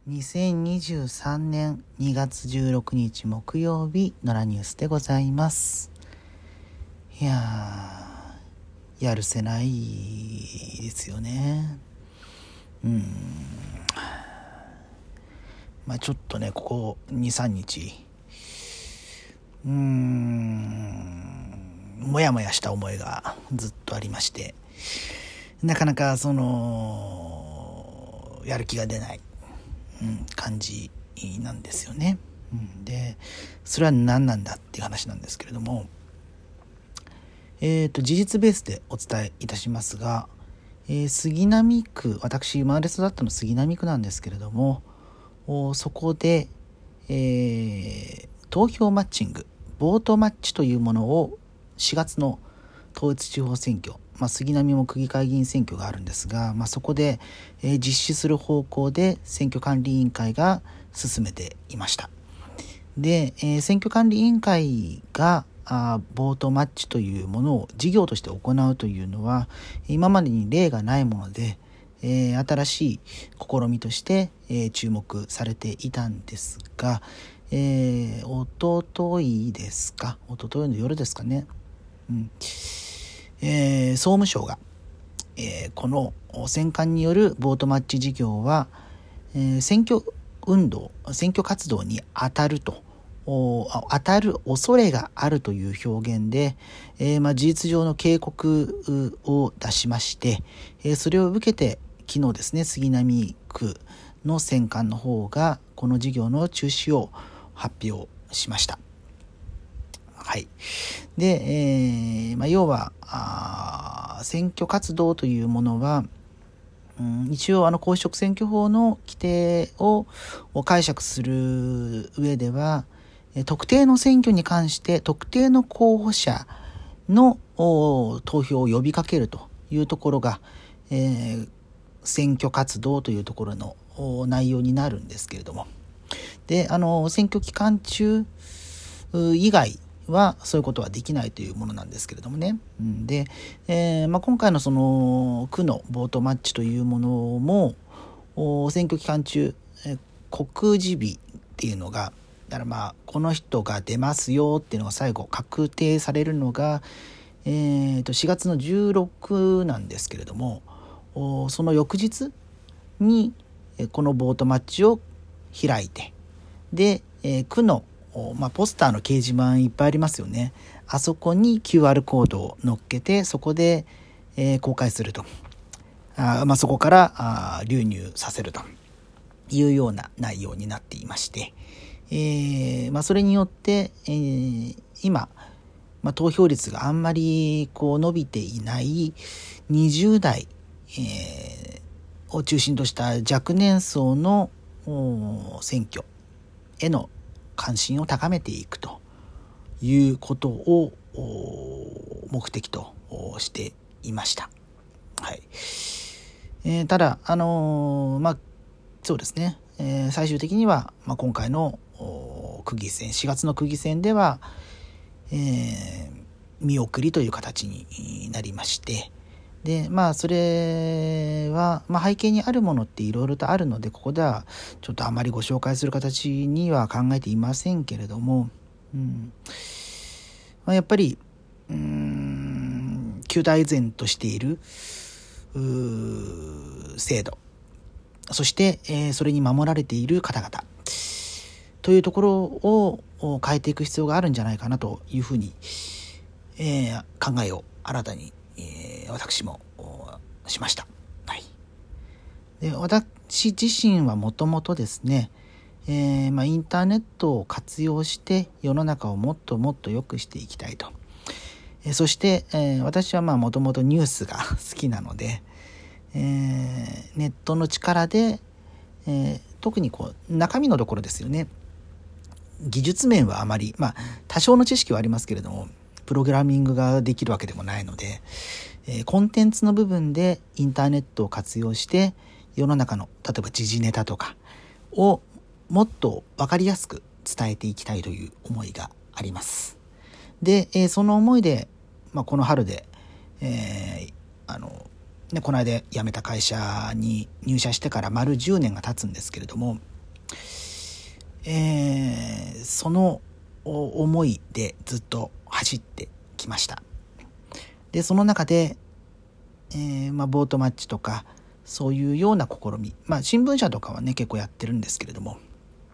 2023年2月16日木曜日のラニュースでございます。いやー、やるせないですよね。ちょっとね、ここ 2,3 日もやもやした思いがずっとありまして、なかなかやる気が出ない感じなんですよね。で、それは何なんだっていう話なんですけれども、事実ベースでお伝えいたしますが、杉並区、私生まれ育ったの杉並区なんですけれども、そこで、投票マッチング、ボートマッチというものを4月の統一地方選挙、杉並も区議会議員選挙があるんですが、そこで、実施する方向で選挙管理委員会が進めていました。で、選挙管理委員会がボートマッチというものを事業として行うというのは今までに例がないもので、新しい試みとして、注目されていたんですが、おとといの夜ですかね、総務省が、この選管によるボートマッチ事業は、選挙活動に当たる恐れがあるという表現で、事実上の警告を出しまして、それを受けて昨日ですね、杉並区の選管の方がこの事業の中止を発表しました。はい。で、要は選挙活動というものは、一応公職選挙法の規定を解釈する上では、特定の選挙に関して特定の候補者の投票を呼びかけるというところが、選挙活動というところの内容になるんですけれども、で、選挙期間中以外はそういうことはできないというものなんですけれどもね。で、今回のその区のボートマッチというものも選挙期間中、告示日っていうのが、だからこの人が出ますよっていうのが最後確定されるのが、4月の16なんですけれども、その翌日にこのボートマッチを開いて、で、区のポスターの掲示板いっぱいありますよね。あそこに QR コードを載っけて、そこで、公開すると。そこから流入させるというような内容になっていまして、それによって、今、投票率があんまり伸びていない20代、を中心とした若年層の選挙への関心を高めていくということを目的としていました。はい。ただそうですね、最終的には、今回の区議選、4月の区議選では、見送りという形になりまして、で、それは、背景にあるものっていろいろとあるので、ここではちょっとあまりご紹介する形には考えていませんけれども、やっぱり、旧態依然としている制度、そして、それに守られている方々というところを変えていく必要があるんじゃないかなというふうに、考えを新たに私もしました。はい。で、私自身はもともとですね、インターネットを活用して世の中をもっともっと良くしていきたいと。そして、私はもともとニュースが好きなので、ネットの力で、特に中身のところですよね。技術面はあまり、多少の知識はありますけれども、プログラミングができるわけでもないので、コンテンツの部分でインターネットを活用して世の中の例えば時事ネタとかをもっと分かりやすく伝えていきたいという思いがあります。で、その思いで、この春で、この間辞めた会社に入社してから丸10年が経つんですけれども、 その思いでずっと走ってきました。でその中で、ボートマッチとかそういうような試み、新聞社とかはね結構やってるんですけれども、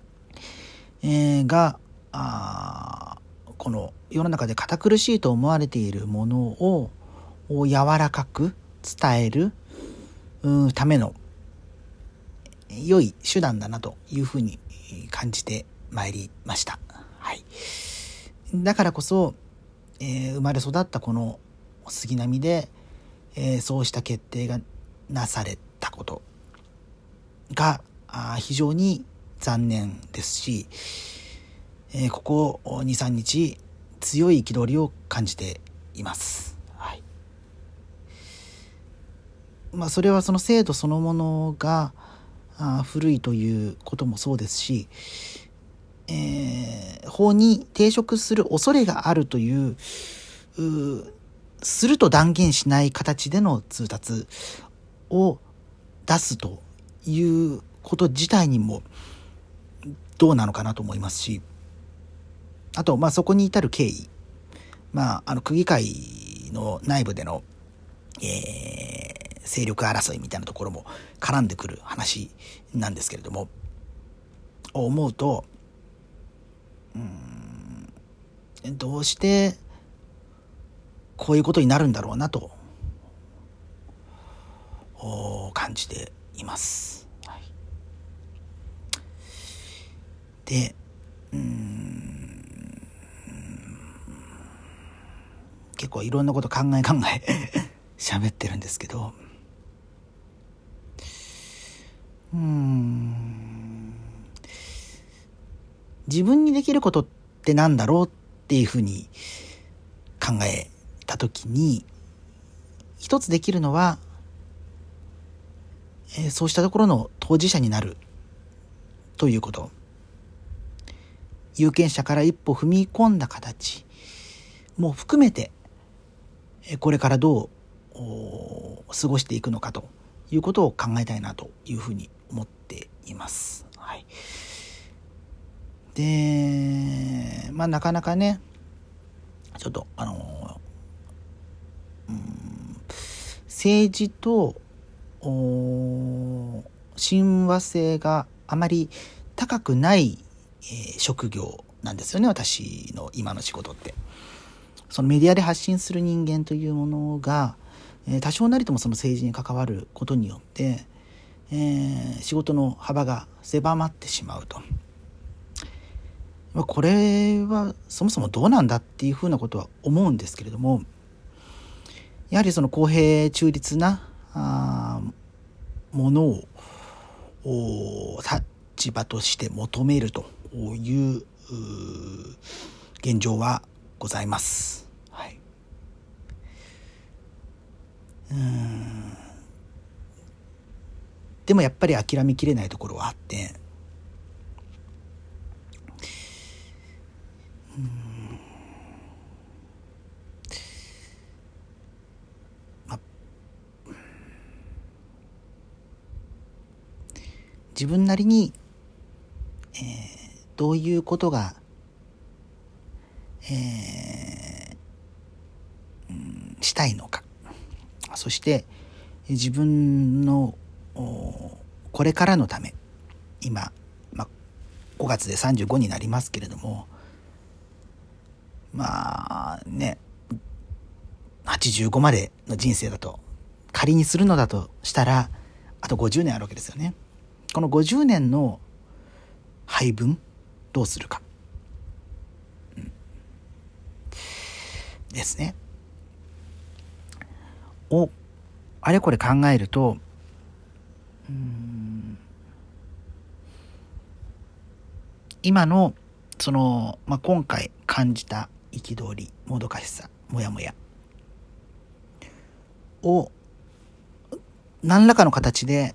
この世の中で堅苦しいと思われているものを柔らかく伝えるための良い手段だなというふうに感じてまいりました。はい。だからこそ、生まれ育ったこの杉並で、そうした決定がなされたことが非常に残念ですし、ここ 2,3 日強い憤りを感じています。はい。それはその制度そのものが古いということもそうですし、法に抵触する恐れがあるというすると断言しない形での通達を出すということ自体にもどうなのかなと思いますし、あとそこに至る経緯、区議会の内部での、勢力争いみたいなところも絡んでくる話なんですけれども、思うとどうしてこういうことになるんだろうなと感じています。はい、で結構いろんなこと考え喋ってるんですけど、自分にできることってなんだろうっていうふうに考えたときに、一つできるのは、そうしたところの当事者になるということ。有権者から一歩踏み込んだ形も含めて、これからどう過ごしていくのかということを考えたいなというふうに思っています。はい。で、なかなかね、ちょっと政治と親和性があまり高くない、職業なんですよね、私の今の仕事って。そのメディアで発信する人間というものが、多少なりともその政治に関わることによって、仕事の幅が狭まってしまうと。これはそもそもどうなんだっていうふうなことは思うんですけれども、やはりその公平中立なものを立場として求めるという現状はございます。はい。でもやっぱり諦めきれないところはあって、自分なりに、どういうことが、したいのか、そして自分のこれからのため、今、5月で35になりますけれども、85までの人生だと仮にするのだとしたら、あと50年あるわけですよね。この50年の配分どうするか、ですねをあれこれ考えると、今のその、今回感じた憤り、もどかしさ、もやもやを何らかの形で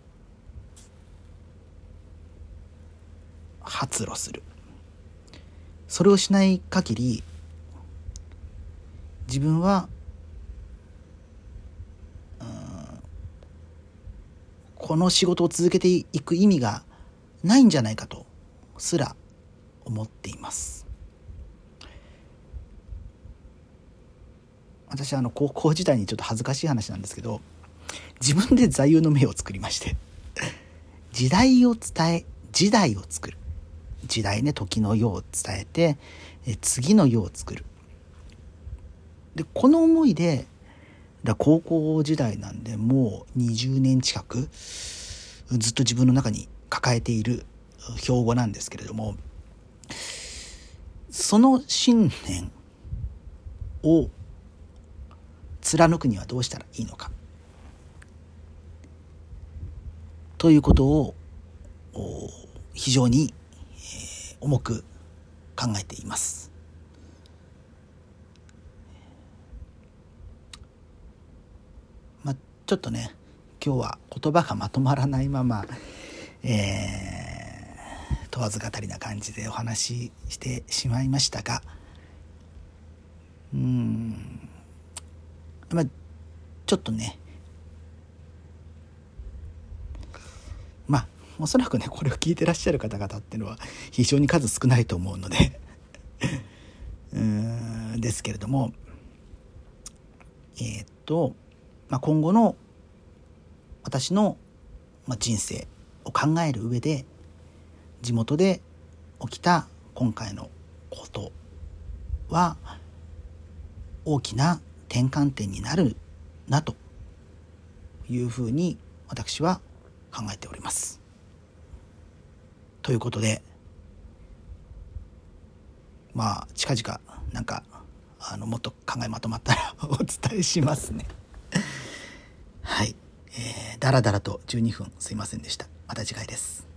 発露する。それをしない限り、自分はこの仕事を続けていく意味がないんじゃないかとすら思っています。私高校時代にちょっと恥ずかしい話なんですけど、自分で座右の銘を作りまして、時代を伝え時代を作る、時代ね、時の世を伝えて次の世を作る。でこの思いで高校時代なんでもう20年近くずっと自分の中に抱えている標語なんですけれども、その信念を貫くにはどうしたらいいのかということを非常に重く考えています。ちょっとね、今日は言葉がまとまらないまま、問わず語りな感じでお話ししてしまいましたが、ちょっとね、おそらくね、これを聞いてらっしゃる方々っていうのは非常に数少ないと思うのでですけれども、今後の私の人生を考える上で、地元で起きた今回のことは大きな転換点になるなというふうに私は考えております。ということで、近々なんかもっと考えまとまったらお伝えしますね。はい、だらだらと12分すいませんでした。また次回です。